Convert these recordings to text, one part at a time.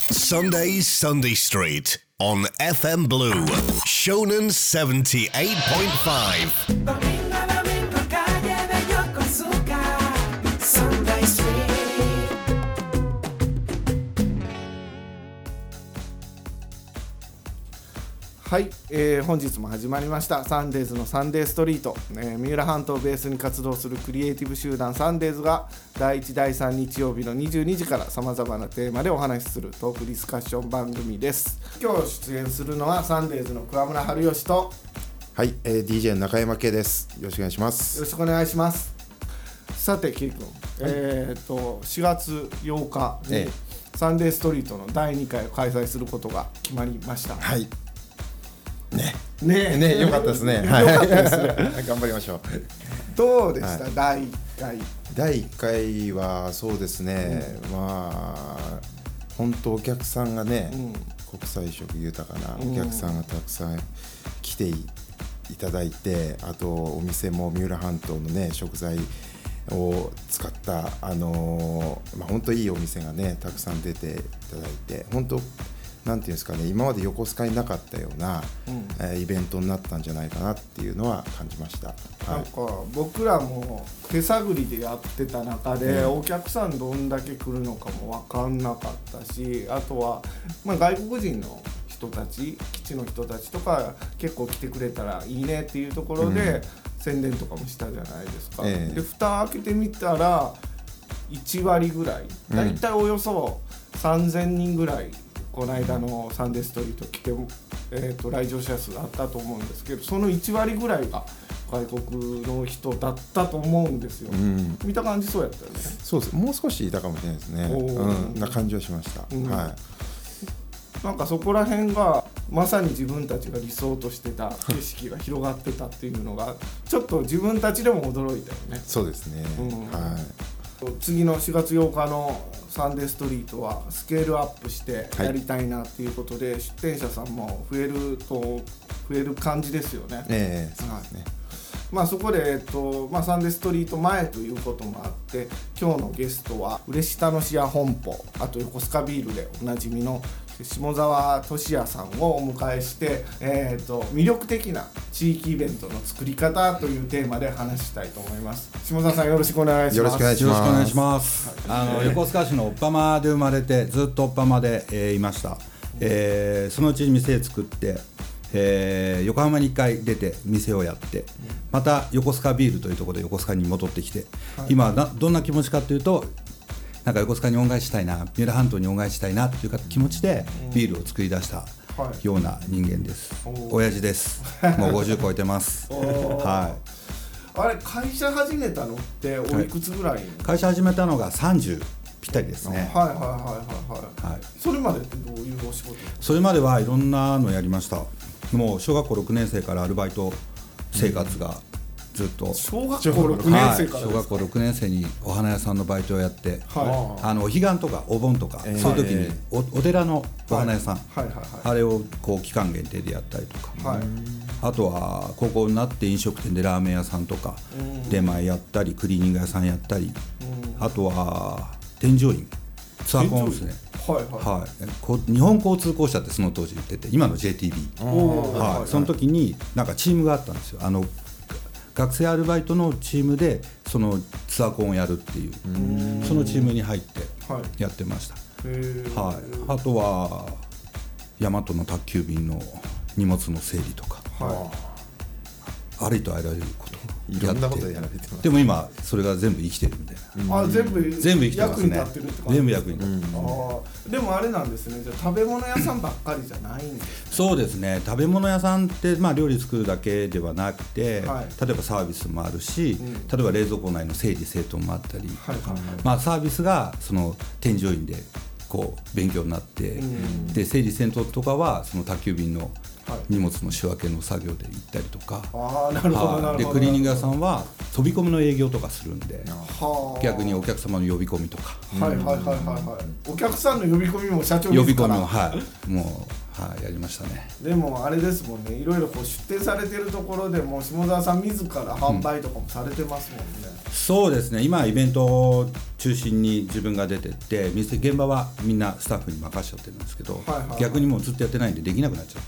Sunday Street on FM Blue Shonen 78.5. Domingo, calle de Yokosuka Sunday Street。 はい、本日も始まりましたサンデーズのサンデーストリート、三浦半島をベースに活動するクリエイティブ集団サンデーズが第1第3日曜日の22時からさまざまなテーマでお話しするトークディスカッション番組です。今日出演するのはサンデーズの桑村春吉と、 はい、DJ の中山圭です。よろしくお願いします。 よろしくお願いします。さて圭君、4月8日にサンデーストリートの第2回を開催することが決まりました。 はいねよかったですね。 よかったですね頑張りましょう。 どうでした、 はい、 第1回。 第1回はそうですね、まあ本当お客さんがね、国際色豊かなお客さんがたくさん来ていただいて、あとお店も三浦半島のね食材を使った、本当いいお店がねたくさん出ていただいて、本当なんていうんですかね、今まで横須賀になかったような、イベントになったんじゃないかなっていうのは感じました。 なんか僕らも手探りでやってた中で、お客さんどんだけ来るのかも分かんなかったし、あとは、外国人の人たち、基地の人たちとか結構来てくれたらいいねっていうところで、宣伝とかもしたじゃないですか。で蓋開けてみたら1割ぐらい、だいたいおよそ3000人ぐらいこの間のサンデーストリート来て、来場者数あったと思うんですけど、その1割ぐらいが外国の人だったと思うんですよ。見た感じそうやったよね。 そうです。もう少しいたかもしれないですね。な感じはしました。 なんかそこら辺がまさに自分たちが理想としてた景色が広がってたっていうのがちょっと自分たちでも驚いたよね。 そうですね。 次の4月8日のサンデーストリートはスケールアップしてやりたいなっていうことで、出店者さんも増える感じですよね。 そうですね。 そこで、サンデーストリート前ということもあって、今日のゲストは嬉野市屋本舗、あと横須賀ビールでおなじみの下沢俊也さんをお迎えして、魅力的な地域イベントの作り方というテーマで話したいと思います。下沢さんよろしくお願いします。 よろしくお願いします。 よろしくお願いします。横須賀市のおっぱまで生まれてずっとおっぱまで、いました。そのうちに店作って、横浜に1回出て店をやって、また横須賀ビールというところで横須賀に戻ってきて、今どんな気持ちかというと、なんか横須賀に恩返ししたいな、三浦半島に恩返ししたいなという気持ちでビールを作り出したような人間です。親父です。もう50超えてます。あれ会社始めたのっておいくつぐらい？ 会社始めたのが30ぴったりですね。 それまでってどういうお仕事？ それまではいろんなのやりました。もう小学校6年生からアルバイト生活がずっと、 小学校6年生から小学校6年生にお花屋さんのバイトをやって、お彼岸とかお盆とか、そういう時に お寺のお花屋さん、あれをこう期間限定でやったりとか、あとは高校になって飲食店でラーメン屋さんとか出前やったり、クリーニング屋さんやったり、あとは添乗員、ツアーコンですね。日本交通公社ってその当時言ってて、今の JTB、その時になんかチームがあったんですよ。学生アルバイトのチームでそのツアーコンをやるっていう、そのチームに入ってやってました。あとは大和の宅急便の荷物の整理とか、ありとあらゆることいろんなことやられてます。 でも今それが全部生きてるみたいな。 全部生きてますね。 役に立ってるって感じ。 全部役に立ってる。 でもあれなんですね。じゃあ食べ物屋さんばっかりじゃないんです。 そうですね。食べ物屋さんって料理作るだけではなくて、例えばサービスもあるし、例えば冷蔵庫内の整理整頓もあったり、サービスがその添乗員でこう勉強になって、で整理整頓とかはその宅急便の荷物の仕分けの作業で行ったりとか、でクリーニング屋さんは飛び込みの営業とかするんで、逆にお客様の呼び込みとか、 お客さんの呼び込みも社長ですから、 呼び込みももうやりましたね。 でもあれですもんね、いろいろこう出店されてるところでも下澤さん自ら販売とかもされてますもんね。 そうですね、今イベントを中心に自分が出てって現場はみんなスタッフに任しちゃってるんですけど、逆にもうずっとやってないんでできなくなっちゃった。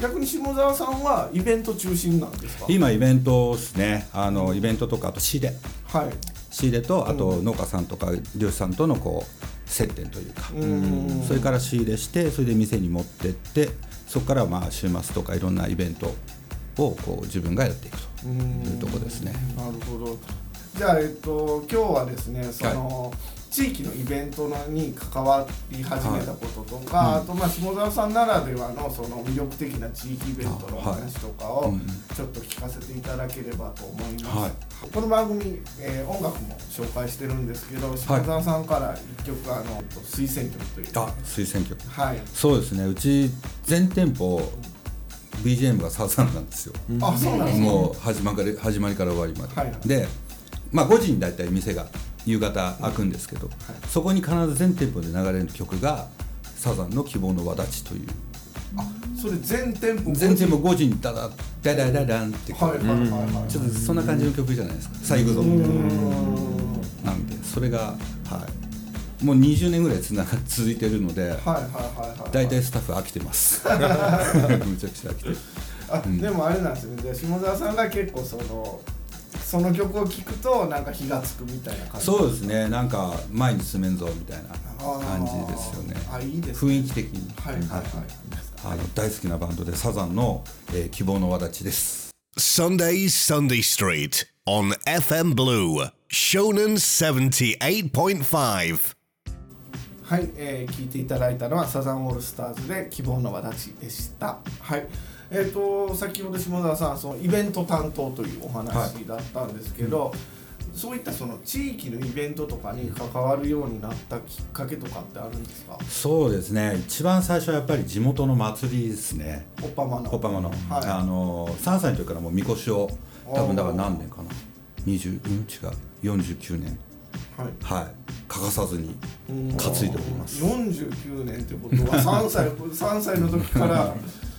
逆に下澤さんはイベント中心なんですか？ 今イベントですね、イベントとかあと仕入れ、仕入れとあと農家さんとか漁師さんとのこう接点というか、それから仕入れしてそれで店に持ってってそこからまあ週末とかいろんなイベントをこう自分がやっていくというところですね。 なるほど。じゃあ、今日はですねその、地域のイベントに関わり始めたこととか、あとまあ下澤さんならではのその魅力的な地域イベントのお話とかをちょっと聞かせていただければと思います。この番組、音楽も紹介してるんですけど、下澤さんから一曲推薦曲というか。 推薦曲。そうですね。うち全店舗BGM がサザンなんですよ。 そうなんですね。 もう始まりから終わりまで。で、まあ5時にだいたい店が夕方開くんですけど、そこに必ず全店舗で流れる曲がサザンの希望の輪立ちという。 それ全店舗 5時にダダダダダダンってちょっとそんな感じの曲じゃないですか。最後なんでそれがもう20年ぐらい続いてるので、だいたいスタッフ飽きてます。むちゃくちゃ飽きてる。 でもあれなんですよね。下澤さんが結構その曲を聴くとなんか火がつくみたいな感じ。 そうですね。なんか前に進めんぞみたいな感じですよね。 いいですね。 雰囲気的に。大好きなバンドでサザンの、希望の輪立ちです。 Sunday Street on FM Blue Shonen 78.5。 はい、聞いていただいたのはサザンオールスターズで希望の輪立ちでした。はい。先ほど下澤さんそのイベント担当というお話だったんですけど、そういったその地域のイベントとかに関わるようになったきっかけとかってあるんですか？ そうですね。一番最初はやっぱり地元の祭りですね。 おっぱまの。 3歳の時からもうみこしを多分だから何年かな。49年。欠かさずに担いでおります。 49年ってことは3歳の時から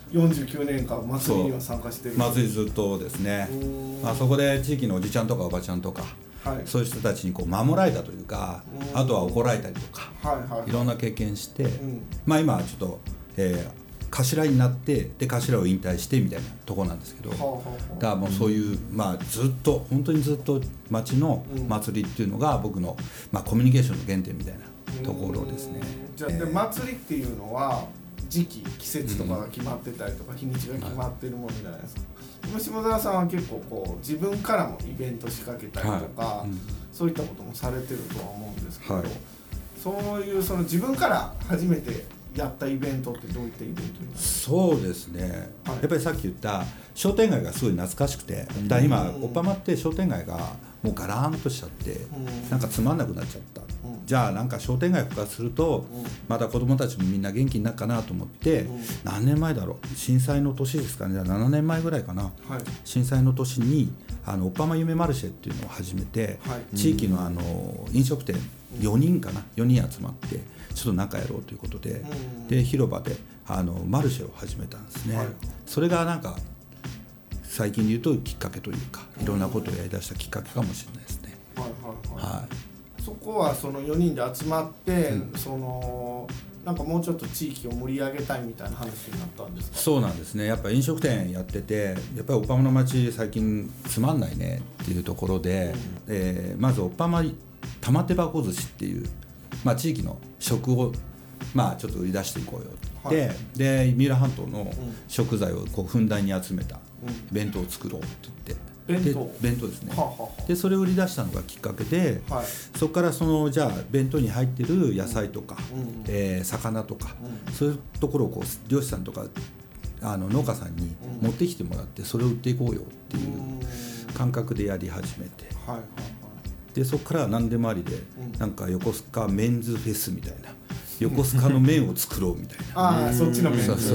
49年間祭りには参加してる。 祭りずっとですね。そこで地域のおじちゃんとかおばちゃんとか、そういう人たちにこう守られたというか、あとは怒られたりとか、いろんな経験して、今はちょっと、頭になってで頭を引退してみたいなところなんですけど、だからもうそういう、ずっと本当にずっと町の祭りっていうのが僕の、コミュニケーションの原点みたいなところですね。 じゃあで祭りっていうのは時期季節とかが決まってたりとか、日にちが決まってるものじゃないですか。下澤さんは結構こう自分からもイベント仕掛けたりとか、そういったこともされてるとは思うんですけど、そういうその自分から初めてやったイベントってどういったイベントになるんですか？ そうですね、やっぱりさっき言った商店街がすごい懐かしくて、だから今おっぱまって商店街がもうガラーンとしちゃって、なんかつまんなくなっちゃった、じゃあなんか商店街復活すると、また子どもたちもみんな元気になるかなと思って、何年前だろう、震災の年ですかね、じゃあ7年前ぐらいかな、震災の年におっぱま夢マルシェっていうのを始めて、地域の飲食店4人かな、4人集まってちょっと仲やろうということで、で広場でマルシェを始めたんですね、それがなんか最近で言うときっかけというか、いろんなことをやりだしたきっかけかもしれないですね。 そこはその4人で集まって、なんかもうちょっと地域を盛り上げたいみたいな話になったんですか？ そうなんですね。やっぱ飲食店やってて、やっぱりおっぱまの町最近つまんないねっていうところで、まずおっぱま玉手箱寿司っていう、地域の食をちょっと売り出していこうよって、で三浦半島の食材をこうふんだんに集めた弁当を作ろうって言って、弁当ですね、でそれを売り出したのがきっかけで、そこからじゃあ弁当に入ってる野菜とか、魚とか、そういうところをこう漁師さんとか農家さんに持ってきてもらって、それを売っていこうよっていう感覚でやり始めて、でそこからは何でもありで、なんか横須賀メンズフェスみたいな、横須賀の麺を作ろうみたいなそっちの麺、 そうラ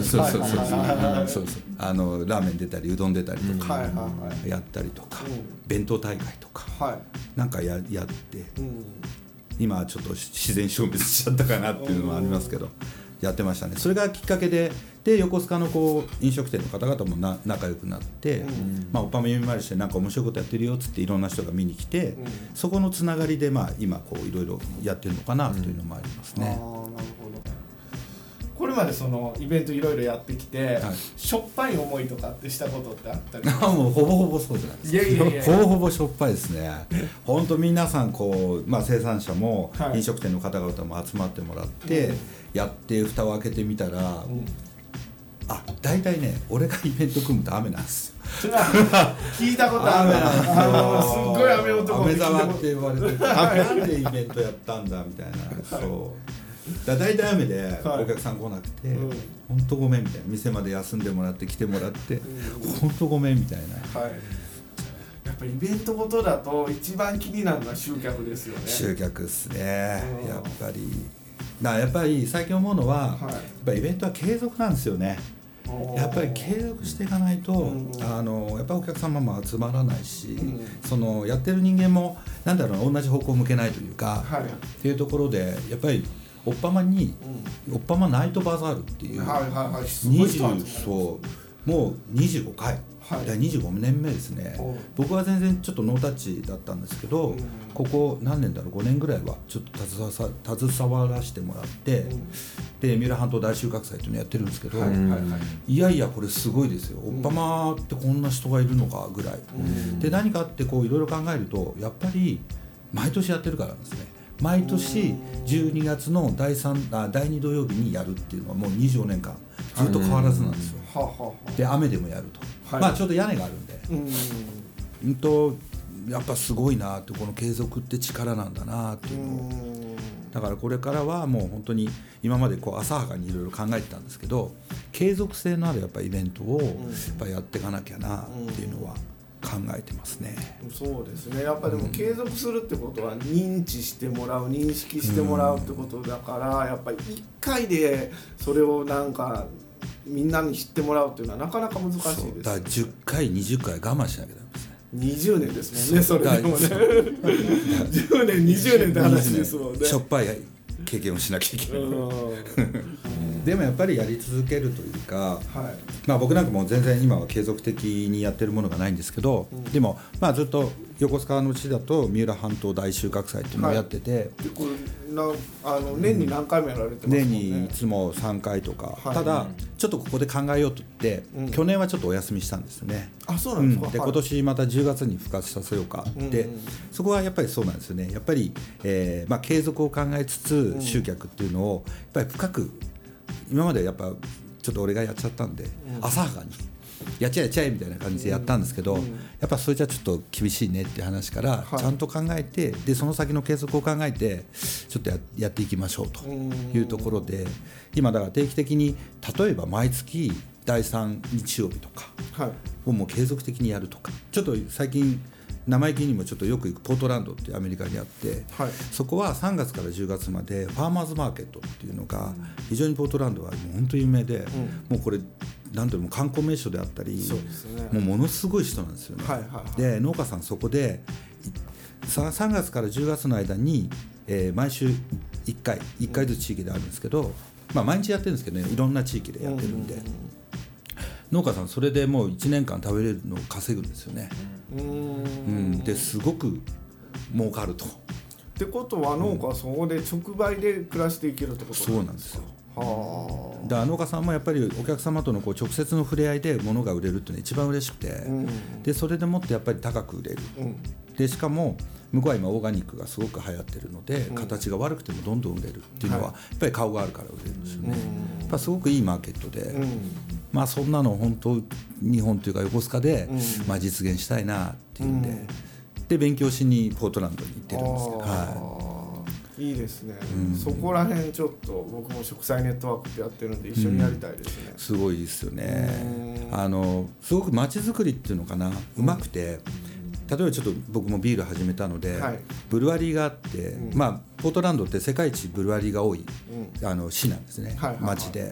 ーメン出たりうどん出たりとかやったりとか、弁当大会とかなんかやって、今はちょっと自然消滅しちゃったかなっていうのもありますけど、 やってましたね。それがきっかけで横須賀の飲食店の方々も仲良くなって、おっぱめみまりしてなんか面白いことやってるよっつっていろんな人が見に来て、そこのつながりで今いろいろやってるのかなというのもありますね。 なるほど。これまでそのイベントいろいろやってきて、しょっぱい思いとかってしたことってあったりもうほぼほぼそうじゃないですか。ほぼほぼしょっぱいですね。本当皆さん生産者も飲食店の方々も集まってもらってやって蓋を開けてみたら、大体ね俺がイベント組むと雨なんですよ。 聞いたことあるな。すっごい雨男雨沢って言われてなんでイベントやったんだみたいな。だ大体雨でお客さん来なくて、本当ごめんみたいな、店まで休んでもらって来てもらって、本当ごめんみたいな。 やっぱりイベントごとだと一番気になるのは集客ですよね。 集客ですね。やっぱり最近思うのは、やっぱりイベントは継続なんですよね。やっぱり継続していかないと、やっぱりお客様も集まらないし、そのやってる人間も同じ方向を向けないというか、っていうところでやっぱりおっぱまナイトバザールっていう、もう25回、25年目ですね。僕は全然ちょっとノータッチだったんですけど、ここ何年だろう、5年ぐらいはちょっと携わらせてもらって、で三浦半島大収穫祭っていうのやってるんですけど、いやいやこれすごいですよ。おっぱまってこんな人がいるのかぐらい、で何かっていろいろ考えると、やっぱり毎年やってるからなんですね。毎年12月の第2土曜日にやるっていうのはもう25年間ずっと変わらずなんですよ。で雨でもやると、ちょうど屋根があるんで、やっぱすごいなって、この継続って力なんだなっていうのを、だからこれからはもう本当に今まで浅はかにいろいろ考えてたんですけど、継続性のあるやっぱイベントをやっぱやっていかなきゃなっていうのは考えてますね。 そうですね。やっぱでも継続するってことは認知してもらう、認識してもらうってことだから、やっぱり1回でそれをみんなに知ってもらうっていうのはなかなか難しいですね。 だから10回20回我慢しなきゃダメですね。 20年ですもんね。それでもね10年20年って話ですもんね。 しょっぱい経験をしなきゃいけないでもやっぱりやり続けるというか、僕なんかも全然今は継続的にやってるものがないんですけど、でもずっと横須賀の地だと三浦半島大収穫祭っていうのをやってて、 これ年に何回もやられてますもんね。 年にいつも3回とか、ただちょっとここで考えようと言って、去年はちょっとお休みしたんですよね。 そうなんですか。 で今年また10月に復活させようかって、そこはやっぱりそうなんですよね。やっぱり、継続を考えつつ集客っていうのをやっぱり深く、今までやっぱちょっと俺がやっちゃったんで、浅はかにやっちゃえみたいな感じでやったんですけど、やっぱそれじゃちょっと厳しいねって話からちゃんと考えて、でその先の継続を考えてちょっと やっていきましょうというところで、今だから定期的に例えば毎月第3日曜日とかをもう継続的にやるとか、ちょっと最近生意気にもちょっとよく行くポートランドっていうアメリカにあって、そこは3月から10月までファーマーズマーケットっていうのが非常にポートランドはもう本当に有名で、もうこれなんていうの観光名所であったり、もうものすごい人なんですよね。で農家さんそこで3月から10月の間に、毎週1回ずつ地域であるんですけど、毎日やってるんですけどね、いろんな地域でやってるんで、農家さんそれでもう1年間食べれるのを稼ぐんですよね。ですごく儲かると。 ってことは農家はそこで直売で暮らしていけるってことなんですか。 だから農家さんもやっぱりお客様との直接の触れ合いで物が売れるっていうのが一番嬉しくて、でそれでもってやっぱり高く売れる、でしかも向こうは今オーガニックがすごく流行ってるので、形が悪くてもどんどん売れるっていうのは、やっぱり顔があるから売れるんですよね。やっぱすごくいいマーケットで、そんなの本当日本というか横須賀で、実現したいなっていうんで、で勉強しにポートランドに行ってるんですけど、 いいですね、そこら辺ちょっと僕も植栽ネットワークってやってるんで一緒にやりたいですね。 すごいですよね。すごく街づくりっていうのかな、うまくて、例えばちょっと僕もビール始めたので、ブルワリーがあって、ポートランドって世界一ブルワリーが多い、市なんですね、町で。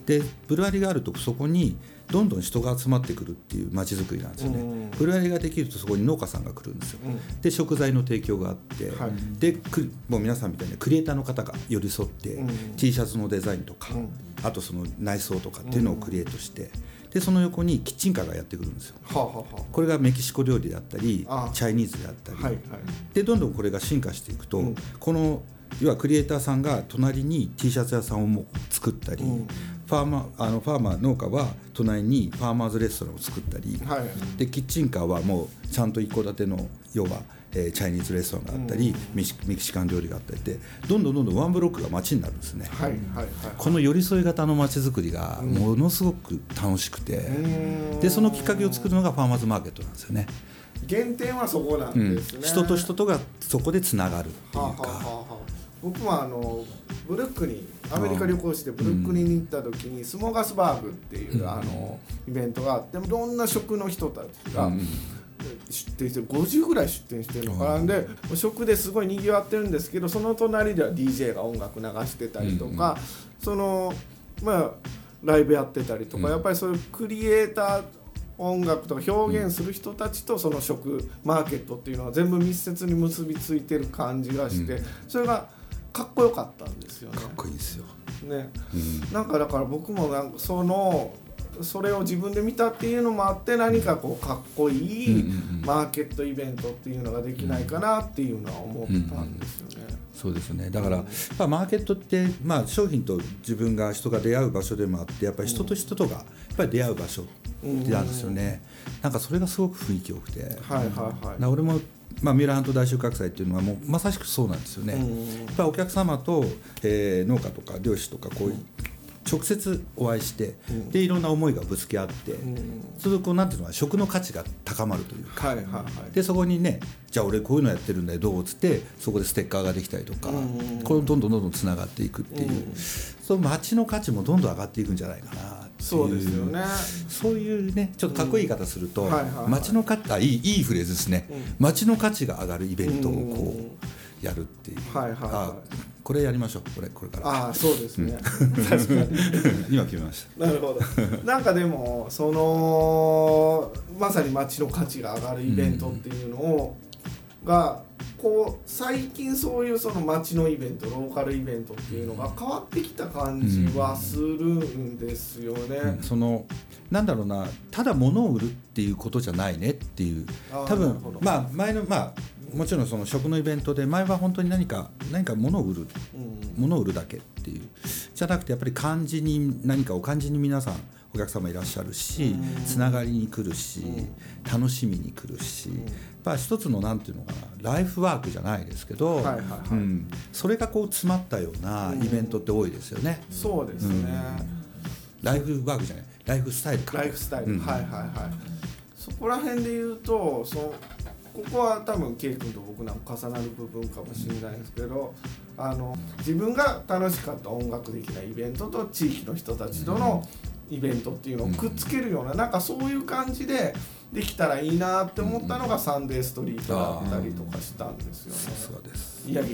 でブルワリーがあるとそこにどんどん人が集まってくるっていう街づくりなんですよね。ブルワリーができるとそこに農家さんが来るんですよ。で食材の提供があって、でもう皆さんみたいにクリエイターの方が寄り添って、T シャツのデザインとか、あとその内装とかっていうのをクリエイトして、でその横にキッチンカーがやってくるんですよ。これがメキシコ料理であったりチャイニーズであったり、でどんどんこれが進化していくと、この要はクリエイターさんが隣に T シャツ屋さんをも作ったり、ファーマー農家は隣にファーマーズレストランを作ったり、でキッチンカーはもうちゃんと一戸建ての要は、チャイニーズレストランがあったり、メキシカン料理があったりでどんどんワンブロックが街になるんですね。この寄り添い型の街づくりがものすごく楽しくて、でそのきっかけを作るのがファーマーズマーケットなんですよね。 原点はそこなんですね、 人と人とがそこでつながるっていうか。 僕もブルックリンアメリカ旅行してブルックリンに行った時にスモーガスバーグっていうイベントがあって、いろんな食の人たちが出店して50ぐらい出店してるのかな。で食ですごい賑わってるんですけど、その隣では DJ が音楽流してたりとか、そのライブやってたりとか、やっぱりそういうクリエイター音楽とか表現する人たちとその食マーケットっていうのは全部密接に結びついてる感じがして、それがかっこよかったんですよね。 かっこいいですよね、なんかだから僕もなんかそれを自分で見たっていうのもあって、何かこうかっこいいマーケットイベントっていうのができないかなっていうのは思ったんですよね。 そうですね。だから、マーケットって、商品と自分が人が出会う場所でもあって、やっぱり人と人とがやっぱり出会う場所なんですよね。なんかそれがすごく雰囲気良くて、俺もミューラーハント大収穫祭っていうのはもうまさしくそうなんですよね。やっぱりお客様と、農家とか漁師とかこういう直接お会いして、でいろんな思いがぶつけ合って、それでこうなんていうのは食の価値が高まるというか、でそこにね、じゃあ俺こういうのやってるんだよどうっつって、そこでステッカーができたりとか、これどんどんつながっていくっていう、その街の価値もどんどん上がっていくんじゃないかなっていう。 そうですよね。 そういうね、ちょっとかっこいい言い方すると、街の価値、いいフレーズですね。街の価値が上がるイベントをこうやるっていう。これやりましょう。これから。 そうですね。確かに。 今決めました。 なるほど。なんかでもまさに街の価値が上がるイベントっていうのがこう最近そういうその街のイベント、ローカルイベントっていうのが変わってきた感じはするんですよね。 なんだろうな、ただ物を売るっていうことじゃないねっていう。多分前のもちろんその食のイベントで前は本当に何か物を売るだけっていうじゃなくて、やっぱり何かを感じに皆さんお客様いらっしゃるし、つながりに来るし、楽しみに来るし、やっぱ一つのなんていうのかな、ライフワークじゃないですけど、それがこう詰まったようなイベントって多いですよね。 そうですね。 ライフワークじゃない、ライフスタイルか。 ライフスタイル、そこら辺で言うとここは多分 K 君と僕なんか重なる部分かもしれないですけど、自分が楽しかった音楽的なイベントと地域の人たちとのイベントっていうのをくっつけるような、なんかそういう感じでできたらいいなって思ったのがサンデーストリートだったりとかしたんですよね。 そうです。 いやも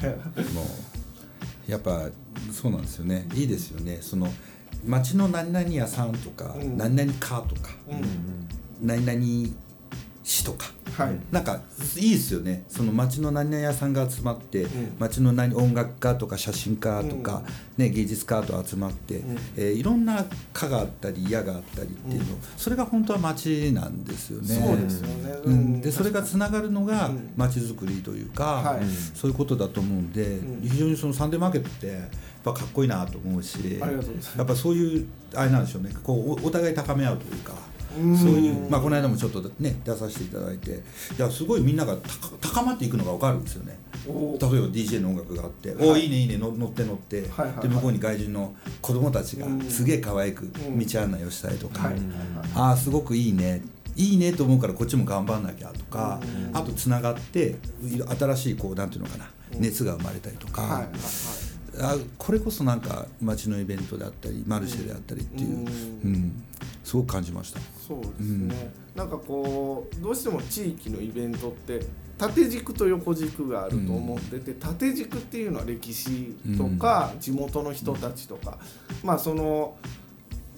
うやっぱそうなんですよね。いいですよね。その町の何々屋さんとか、何々カーとか、何々市とか、なんかいいですよね。その町の何々屋さんが集まって、町の音楽家とか写真家とか、芸術家と集まって、いろんな家があったり屋があったりっていうの、それが本当は町なんですよね。 そうですよね。 でそれがつながるのが町づくりというか、そういうことだと思うんで、非常にそのサンデーマーケットってやっぱかっこいいなと思うし、やっぱそういうあれなんでしょうね。こうお互い高め合うというか。そういうこの間もちょっとね出させていただいて、すごいみんなが高まっていくのが分かるんですよね。例えば DJ の音楽があって、いいねいいね乗ってで向こうに外人の子供たちがすげえ可愛く道案内をしたりとか、すごくいいねと思うからこっちも頑張んなきゃとか、あとつながって新しいこうなんていうのかな、熱が生まれたりとか。これこそなんか街のイベントであったりマルシェであったりっていう、すごく感じました。 そうですね、なんかこうどうしても地域のイベントって縦軸と横軸があると思ってて、縦軸っていうのは歴史とか地元の人たちとか、その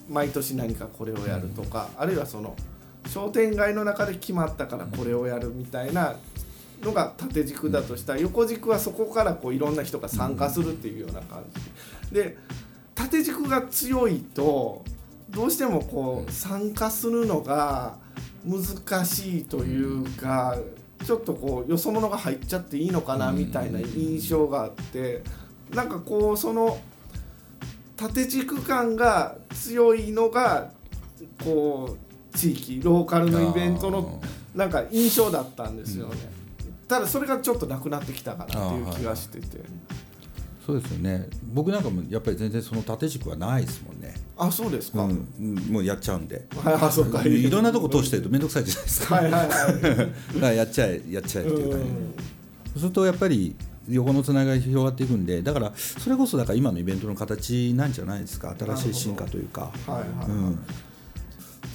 毎年何かこれをやるとか、あるいはその商店街の中で決まったからこれをやるみたいなのが縦軸だとしたら、横軸はそこからこういろんな人が参加するっていうような感じで、縦軸が強いとどうしてもこう参加するのが難しいというか、ちょっとこうよそ者が入っちゃっていいのかなみたいな印象があって、なんかこうその縦軸感が強いのがこう地域ローカルのイベントのなんか印象だったんですよね。ただそれがちょっとなくなってきたかなっていう気がしてて。 そうですよね。僕なんかもやっぱり全然その縦軸はないですもんね。 あ、そうですか。 もうやっちゃうんで。 あ、そうか。 いろんなとこ通してると面倒くさいじゃないですか。 はいはいはい。 だからやっちゃえっていうか、そうするとやっぱり横のつながりが広がっていくんで、だからそれこそだから今のイベントの形なんじゃないですか。新しい進化というか。 はいはい。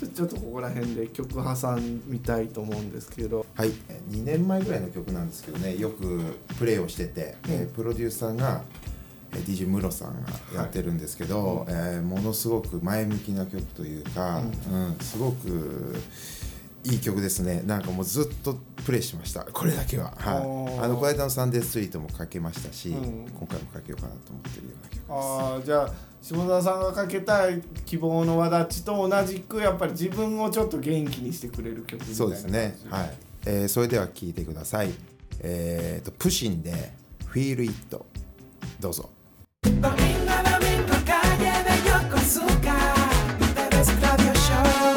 ちょっとここら辺で曲挟みたいと思うんですけど、 はい、2年前ぐらいの曲なんですけどね、よくプレイをしてて、プロデューサーがDJ ムロさんがやってるんですけど、ものすごく前向きな曲というか、すごくいい曲ですね。なんかもうずっとプレイしました、これだけは。はい、この間のサンデーストリートもかけましたし、今回もかけようかなと思ってるような曲です。 じゃあ下澤さんがかけたい希望の輪立ちと同じくやっぱり自分をちょっと元気にしてくれる曲みたいな。 そうですね。はい。それでは聴いてください。プシンで Feel It どうぞ。 Domingo a domingo calle de Yokosuka, Interés Radio Show.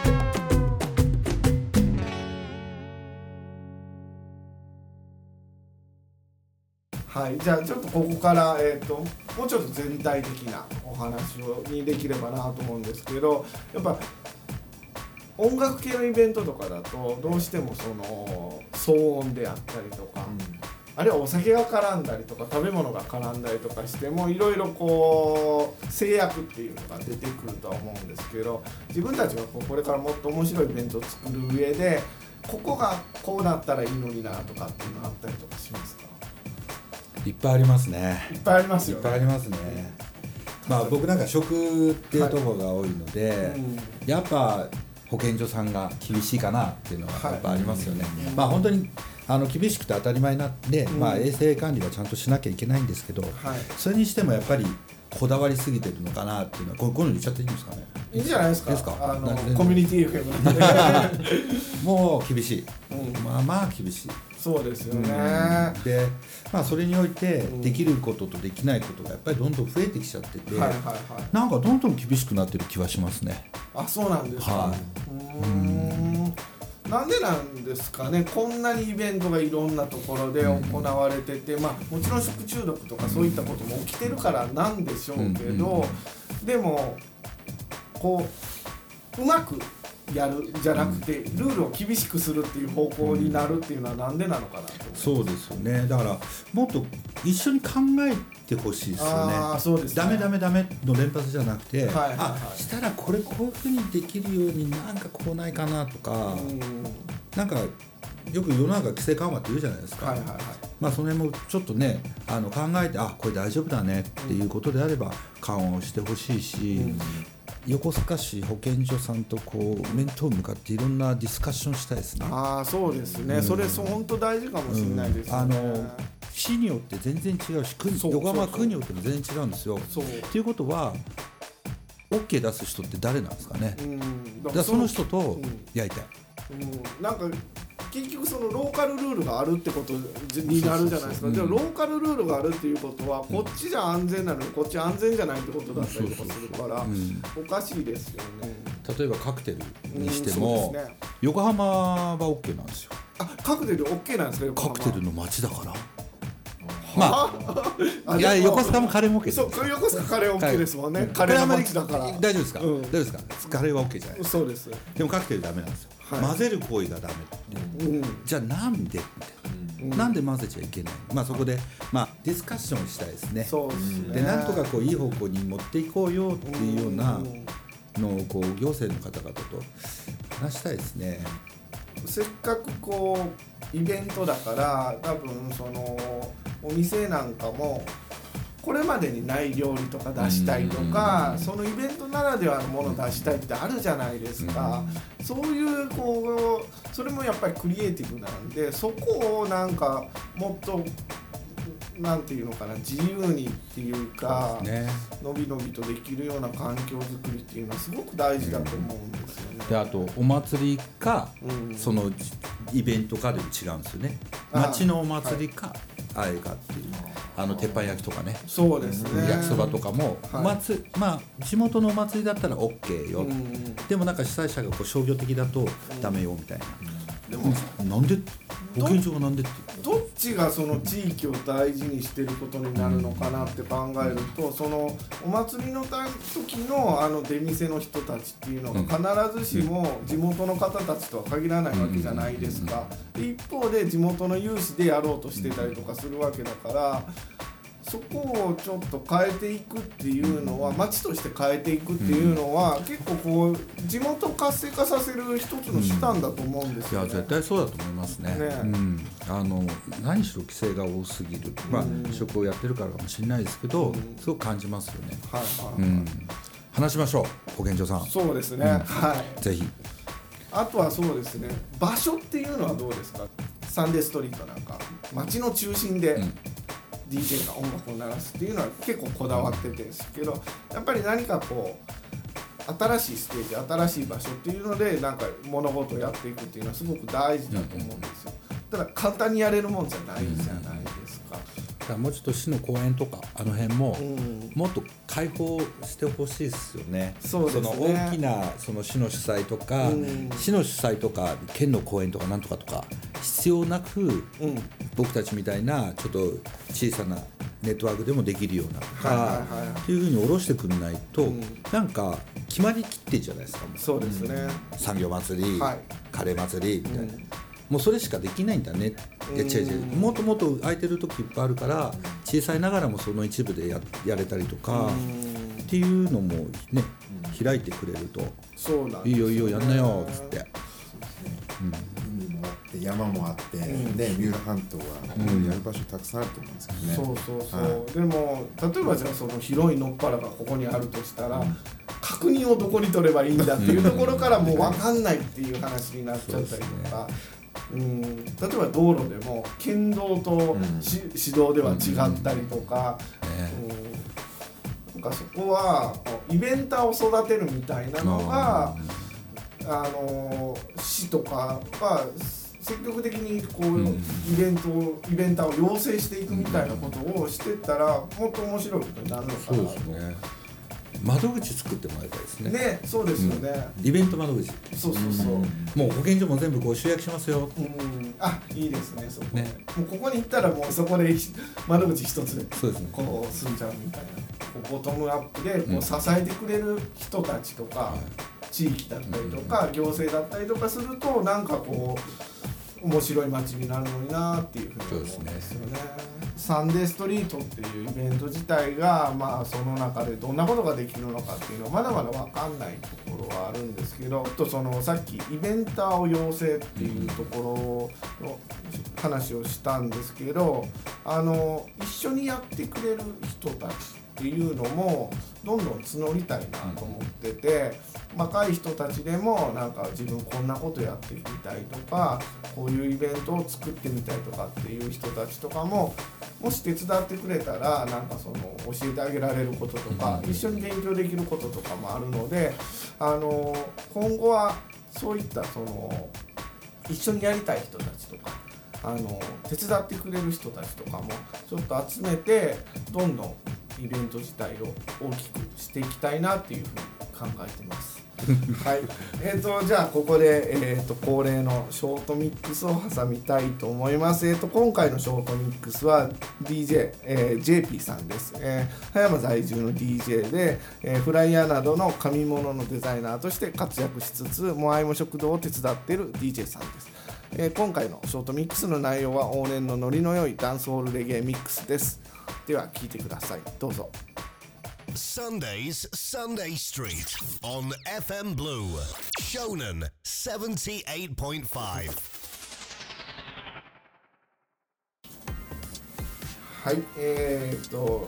はい、じゃあちょっとここから、もうちょっと全体的なお話にできればなと思うんですけど、やっぱ音楽系のイベントとかだとどうしてもその騒音であったりとか、あるいはお酒が絡んだりとか食べ物が絡んだりとかしてもいろいろこう制約っていうのが出てくるとは思うんですけど、自分たちがこれからもっと面白いイベントを作る上でここがこうなったらいいのになとかっていうのあったりとかしますか？ いっぱいありますね。 いっぱいありますよね。 いっぱいありますね。まあ僕なんか食っていうところが多いので、やっぱ保健所さんが厳しいかなっていうのはやっぱありますよね。まあ本当に厳しくて当たり前なんで、まあ衛生管理はちゃんとしなきゃいけないんですけど、それにしてもやっぱりこだわりすぎてるのかなっていうのは、こういうの言っちゃっていいんですかね。 いいんじゃないですか。 ですか。 コミュニティ FM なんでもう厳しい。まあ厳しい。 そうですよね。 で、まあそれにおいてできることとできないことがやっぱりどんどん増えてきちゃってて、なんかどんどん厳しくなってる気はしますね。 あ、そうなんですか。なんでなんですかね。こんなにイベントがいろんなところで行われてて、まあもちろん食中毒とかそういったことも起きてるからなんでしょうけど、でもこううまくやるじゃなくて、ルールを厳しくするっていう方向になるっていうのはなんでなのかなと。 そうですよね。だからもっと一緒に考えてほしいですよね。 そうですね。 ダメの連発じゃなくて、したらこういうふうにできるようになんかこうないかなとか、なんかよく世の中規制緩和って言うじゃないですか。まあその辺もちょっとね考えて、これ大丈夫だねっていうことであれば緩和をしてほしいし、横須賀市保健所さんとこう面と向かっていろんなディスカッションしたいですね。 そうですね。それ本当大事かもしれないですね。 市によって全然違うし、横浜区によっても全然違うんですよ。ということは OK 出す人って誰なんですかね。だからその人とやりたい。 なんか結局そのローカルルールがあるってことになるじゃないですか。でもローカルルールがあるっていうことは、こっちじゃ安全なのにこっち安全じゃないってことだったりとかするから、おかしいですよね。 例えばカクテルにしても、横浜は OK なんですよ。 カクテル OK なんですか。 カクテルの街だから。まあ、いや横須賀もカレーも OK です。 そう、横須賀カレー OK ですもんね。カレーの街だから。 大丈夫ですか。大丈夫ですか。カレーは OK じゃないですか。 そうです。 でもカクテルダメなんですよ。混ぜる行為がダメ。じゃあなんでなんで混ぜちゃいけない。まあそこでディスカッションしたいですね。 そうですね。 でなんとかこういい方向に持っていこうよっていうようなのをこう行政の方々と話したいですね。 せっかくこうイベントだから、多分そのお店なんかもこれまでにない料理とか出したいとか、そのイベントならではのものを出したいってあるじゃないですか。そういうそれもやっぱりクリエイティブなんで、そこをなんかもっとなんていうのかな、自由にっていうか、のびのびとできるような環境づくりっていうのはすごく大事だと思うんですよね。 であとお祭りか、そのイベントかでも違うんですよね。町のお祭りか、あれかっていう鉄板焼きとかね、 そうですね、 焼きそばとかも、地元のお祭りだったら OK よ、でもなんか主催者が商業的だとダメよみたいな、でもなんで保健所がなんでってどっちがその地域を大事にしてることになるのかなって考えると、そのお祭りの時の出店の人たちっていうのが必ずしも地元の方たちとは限らないわけじゃないですか。一方で地元の有志でやろうとしてたりとかするわけだから、そこをちょっと変えていくっていうのは、町として変えていくっていうのは、結構地元を活性化させる一つの手段だと思うんですよね。 いや絶対そうだと思いますね。何しろ規制が多すぎる、食をやってるからかもしれないですけど、すごく感じますよね。話しましょう、保健所さん。 そうですね、 ぜひ。 あとはそうですね、場所っていうのはどうですか。サンデーストリートなんか街の中心で、DJ が音楽を鳴らすっていうのは結構こだわっててですけど、やっぱり何か新しいステージ、新しい場所っていうのでなんか物事をやっていくっていうのはすごく大事だと思うんですよ。ただ簡単にやれるもんじゃないじゃないですか。 だからもうちょっと市の公園とか辺も、もっと開放してほしいですよね。 そうですね。 その大きなその市の主催とか、市の主催とか県の公園とかなんとかとか必要なく、僕たちみたいなちょっと小さなネットワークでもできるようなとかっていう風に下ろしてくんないと、なんか決まりきってるじゃないですか。 そうですね。 産業祭り、カレー祭りみたいな。もうそれしかできないんだね。もっともっと空いてる時いっぱいあるから、小さいながらもその一部で やれたりとかっていうのもね、開いてくれると、 そうなんですね、 いいよいいよやんなよっつって、 海もあって山もあって、三浦半島はやる場所たくさんあると思うんですけどね。 そう、でも例えばじゃあその広いのっぱらがここにあるとしたら、確認をどこに取ればいいんだっていうところからもう分かんないっていう話になっちゃったりとか。例えば道路でも県道と市道では違ったりとか、なんかそこはイベンターを育てるみたいなのが市とかは積極的にイベンターを養成していくみたいなことをしてったら、もっと面白いことになるのかなと。そうですね。 窓口作ってもらいたいですね。 そうですよね。 イベント窓口。 そう。 もう保健所も全部集約しますよ。 いいですね。そこね。もうここに行ったらもうそこで窓口一つでそうですね。 済んじゃうみたいな。ボトムアップで支えてくれる人たちとか、地域だったりとか、行政だったりとかすると、なんか面白い街になるのになっていうふうに思うんですよね。サンデーストリートっていうイベント自体が、その中でどんなことができるのかっていうのはまだまだ分かんないところはあるんですけど、さっきイベンターを養成っていうところの話をしたんですけど、一緒にやってくれる人たちっていうのもどんどん募りたいなと思ってて、若い人たちでもなんか自分こんなことやってみたいとか、こういうイベントを作ってみたいとかっていう人たちとかも、もし手伝ってくれたらなんか教えてあげられることとか、一緒に勉強できることとかもあるので、今後はそういった一緒にやりたい人たちとか手伝ってくれる人たちとかもちょっと集めて、どんどんイベント自体を大きくしていきたいなっていうふうに考えてます。はい。じゃあここで、恒例のショートミックスを挟みたいと思います。今回のショートミックスは DJ、JP さんです。葉山在住の DJ で、フライヤーなどの紙物のデザイナーとして活躍しつつ、モアイモ食堂を手伝っている DJ さんです。今回のショートミックスの内容は往年のノリの良いダンスホールレゲエミックスです。では聴いてください。どうぞ。 Sundays Sunday Street on FM Blue Shonen 78.5。 はい、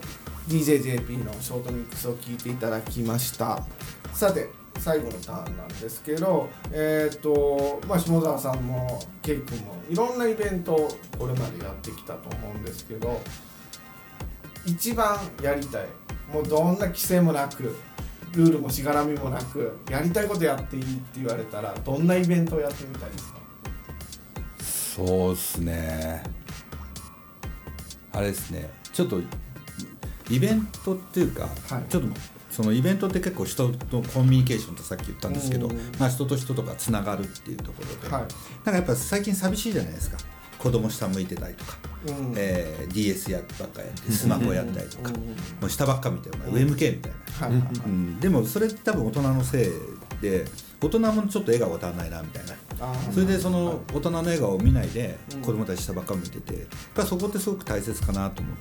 DJJP のショートミックスを聴いていただきました。さて最後のターンなんですけど、下澤さんもケイ君もいろんなイベントをこれまでやってきたと思うんですけど、一番やりたい、もうどんな規制もなくルールもしがらみもなくやりたいことやっていいって言われたらどんなイベントをやってみたいですか？ そうですね、あれですね、ちょっとイベントっていうか、はい、ちょっとそのイベントって結構人とコミュニケーションとさっき言ったんですけど、人と人とがつながるっていうところで、なんかやっぱ最近寂しいじゃないですか。子供下向いてたりとか、DS ばっかやってスマホやったりとか、もう下ばっか見てる、上向けみたいな、でもそれ多分大人のせいで、大人もちょっと笑顔が足んないなみたいな、それでその大人の笑顔を見ないで子供たち下ばっか見てて、やっぱそこってすごく大切かなと思って、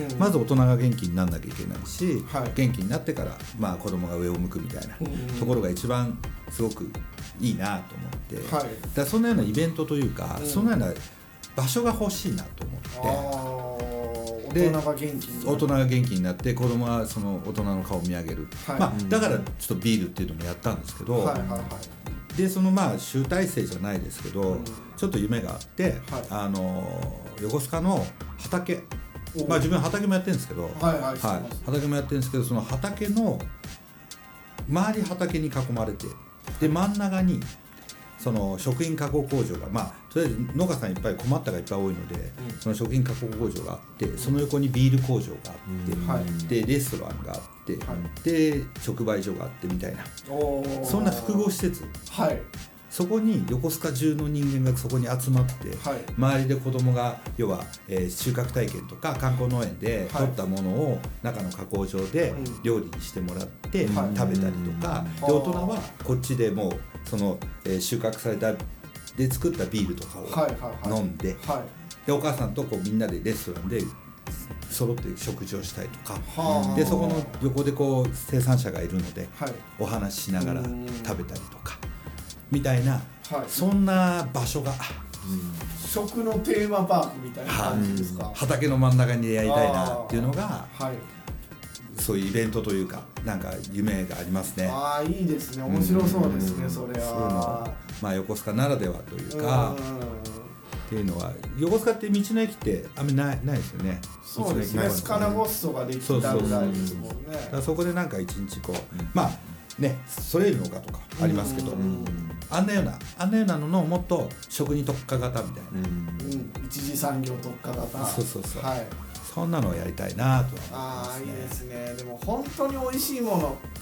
まず大人が元気にならなきゃいけないし、元気になってから子供が上を向くみたいなところが一番すごくいいなと思って、だからそんなようなイベントというか、そんなような場所が欲しいなと思って、 大人が元気になって子供はその大人の顔を見上げる、だからちょっとビールっていうのもやったんですけど、でその集大成じゃないですけど、ちょっと夢があって、横須賀の畑、自分畑もやってるんですけど、畑もやってるんですけど、その畑の周り畑に囲まれて、で真ん中にその食品加工工場が、とりあえず農家さんいっぱい困ったがいっぱい多いので、その食品加工工場があって、その横にビール工場があって、でレストランがあって、で直売所があってみたいな、そんな複合施設、そこに横須賀中の人間がそこに集まって、周りで子供が要は、収穫体験とか観光農園で取ったものを中の加工場で料理にしてもらって食べたりとか、で大人はこっちでもうその、収穫されたで作ったビールとかを飲んで、でお母さんとこうみんなでレストランで揃って食事をしたりとか、でそこの横でこう生産者がいるので、お話ししながら食べたりとかみたいな、そんな場所が、 食のテーマパークみたいな感じですか？ 畑の真ん中にやりたいなっていうのが、そういうイベントというか、なんか夢がありますね。 いいですね、面白そうですね、それは。 そういうの横須賀ならではというか、っていうのは、横須賀って道の駅ってあんまりないですよね。 そうですね、スカナゴッソができたぐらいですもんね。 だからそこでなんか一日こう、それいるのかとかありますけど、あんなようなののもっと食に特化型みたいな、 一次産業特化型、 そんなのをやりたいなとは思いますね。 いいですね。でも本当に美味しいものって、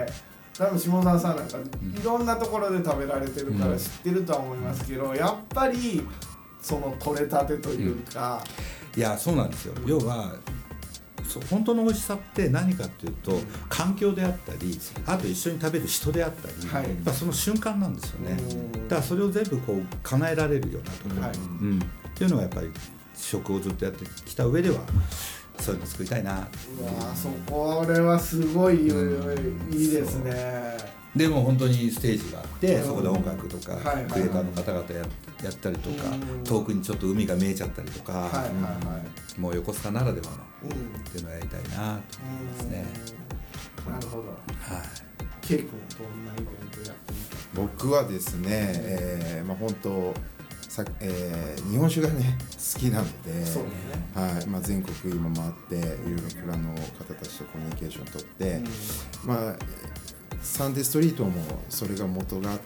多分下澤さんなんかいろんなところで食べられてるから知ってるとは思いますけど、やっぱりその取れたてというか、 いやそうなんですよ。要は本当の美味しさって何かっていうと、環境であったり、あと一緒に食べる人であったり、やっぱその瞬間なんですよね。だからそれを全部こう叶えられるようなところ、っていうのはやっぱり食をずっとやってきた上ではそういうの作りたいな。 これはすごいいいですね。 でも本当にステージがあって、そこで音楽とかクリエイターの方々やったりとか、遠くにちょっと海が見えちゃったりとか、もう横須賀ならではのっていうのをやりたいなと思いますね。 なるほど。ケイ君どんなイベントやってみたい？ 僕はですね、本当日本酒がね好きなので、全国今回っていろいろ蔵の方たちとコミュニケーション取って、サンデーストリートもそれが元があって、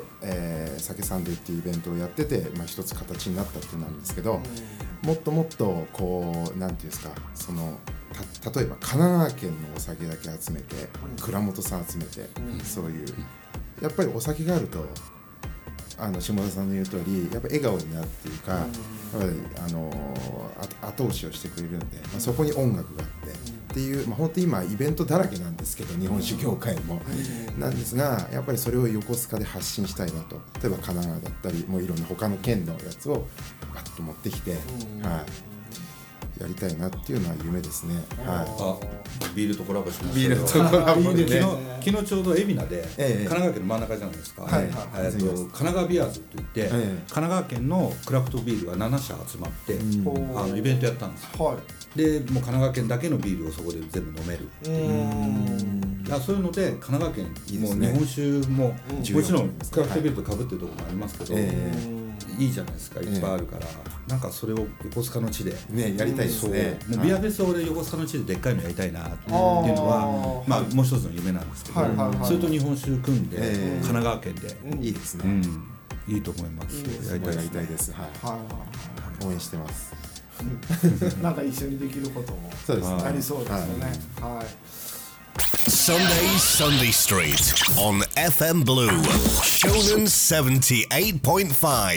酒サンデーっていうイベントをやってて、一つ形になったってなんですけど、もっともっとこうなんていうんですか、その例えば神奈川県のお酒だけ集めて、蔵元さん集めて、そういうやっぱりお酒があると下田さんの言う通り、やっぱ笑顔になるっていうか、やっぱり後押しをしてくれるんで、そこに音楽があってっていう、本当に今イベントだらけなんですけど、日本酒業界もなんですが、やっぱりそれを横須賀で発信したいなと。例えば神奈川だったり、もういろんな他の県のやつをバッと持ってきて、 やりたいなっていうのは夢ですね。 あ、ビールとコラボしました。 ビールとコラボでね。 昨日ちょうど海老名で、神奈川県の真ん中じゃないですか。神奈川ビアーズといって、神奈川県のクラフトビールが7社集まってイベントやったんですよ。でもう神奈川県だけのビールをそこで全部飲めるっていう。そういうので神奈川県もう日本酒ももちろんクラフトビールと被ってるところもありますけど、いいじゃないですか、いっぱいあるから、なんかそれを横須賀の地でねやりたいですね。 もうビアフェスは俺横須賀の地ででっかいのやりたいなっていうのはまあもう一つの夢なんですけど、それと日本酒組んで神奈川県でいいですね。 いいと思います。 やりたいです。応援してます。 なんか一緒にできることもありそうですよね。はい。 Sunday Street on FM Blue Shonen 78.5。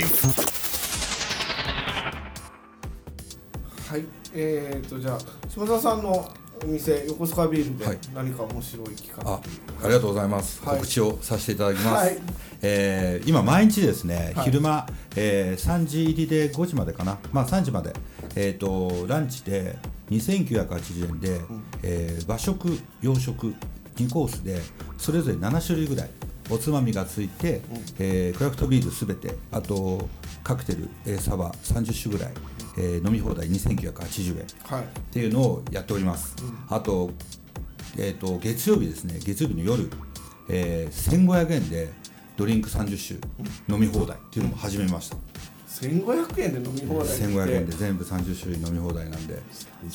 はい。じゃあ島田さんのお店横須賀ビールで何か面白い企画、 ありがとうございます、告知をさせていただきます、今毎日ですね、昼間、3時入りで5時までかな、3時まで、ランチで2980円で、和食洋食2コースでそれぞれ7種類ぐらいおつまみがついて、クラフトビールすべて、あとカクテル、サワー30種ぐらい、飲み放題2980円っていうのをやっております、あと、月曜日ですね、月曜日の夜、1500円でドリンク30種飲み放題っていうのも始めました。 1500円で飲み放題って 1500円で全部30種類飲み放題なんで、もう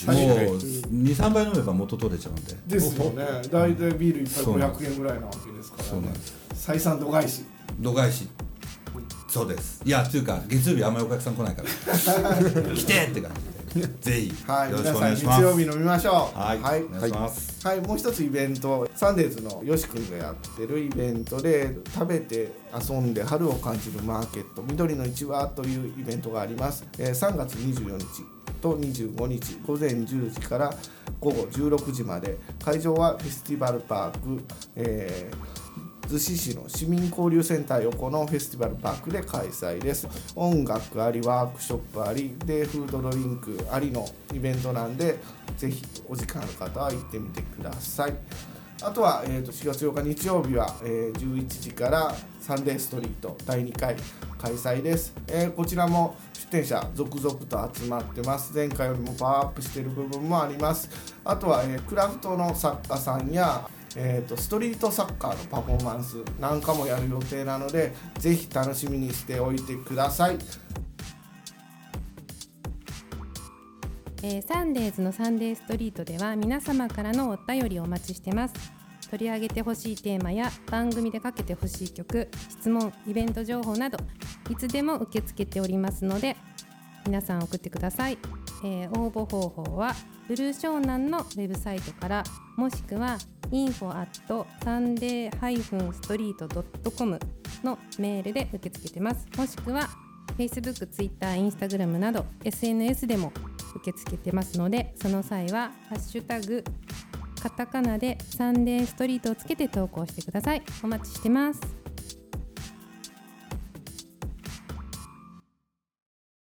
2,3 杯飲めば元取れちゃうんでですよね。大体ビール1杯500円ぐらいなわけですからね。 そうなんです。 採算度外視。 そうです。いやっていうか月曜日あんまりお客さん来ないから来てって感じでぜひよろしくお願いします。 皆さん月曜日飲みましょう。 はい、お願いします。 はい、もう一つイベント、サンデーズのよし君がやってるイベントで食べて遊んで春を感じるマーケット緑の市場というイベントがあります。3月24日と25日午前10時から午後16時まで、会場はフェスティバルパーク、逗子市の市民交流センター横のフェスティバルパークで開催です。音楽あり、ワークショップありで、フードドリンクありのイベントなんで、ぜひお時間ある方は行ってみてください。あとは、4月8日日曜日は、11時からサンデーストリート第2回開催です。こちらも出店者続々と集まってます。前回よりもパワーアップしている部分もあります。あとは、クラフトの作家さんやストリートサッカーのパフォーマンスなんかもやる予定なので、ぜひ楽しみにしておいてください。 サンデーズのサンデーストリートでは皆様からのお便りをお待ちしてます。取り上げてほしいテーマや番組でかけてほしい曲、質問、イベント情報などいつでも受け付けておりますので、皆さん送ってください。応募方法はブルー湘南のウェブサイトから、もしくはinfo@sunday-street.com のメールで受け付けてます。もしくは Facebook、Twitter、Instagram など SNS でも受け付けてますので、その際はハッシュタグカタカナでサンデーストリートをつけて投稿してください。お待ちしてます。